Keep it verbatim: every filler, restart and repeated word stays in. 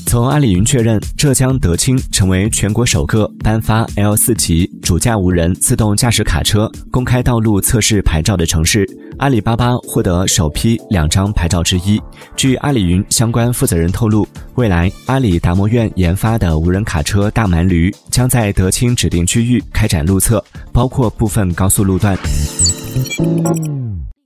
从阿里云确认，浙江德清成为全国首个颁发 L 四 级主驾无人自动驾驶卡车公开道路测试牌照的城市。阿里巴巴获得首批两张牌照之一。据阿里云相关负责人透露，未来阿里达摩院研发的无人卡车大蛮驴将在德清指定区域开展路测，包括部分高速路段。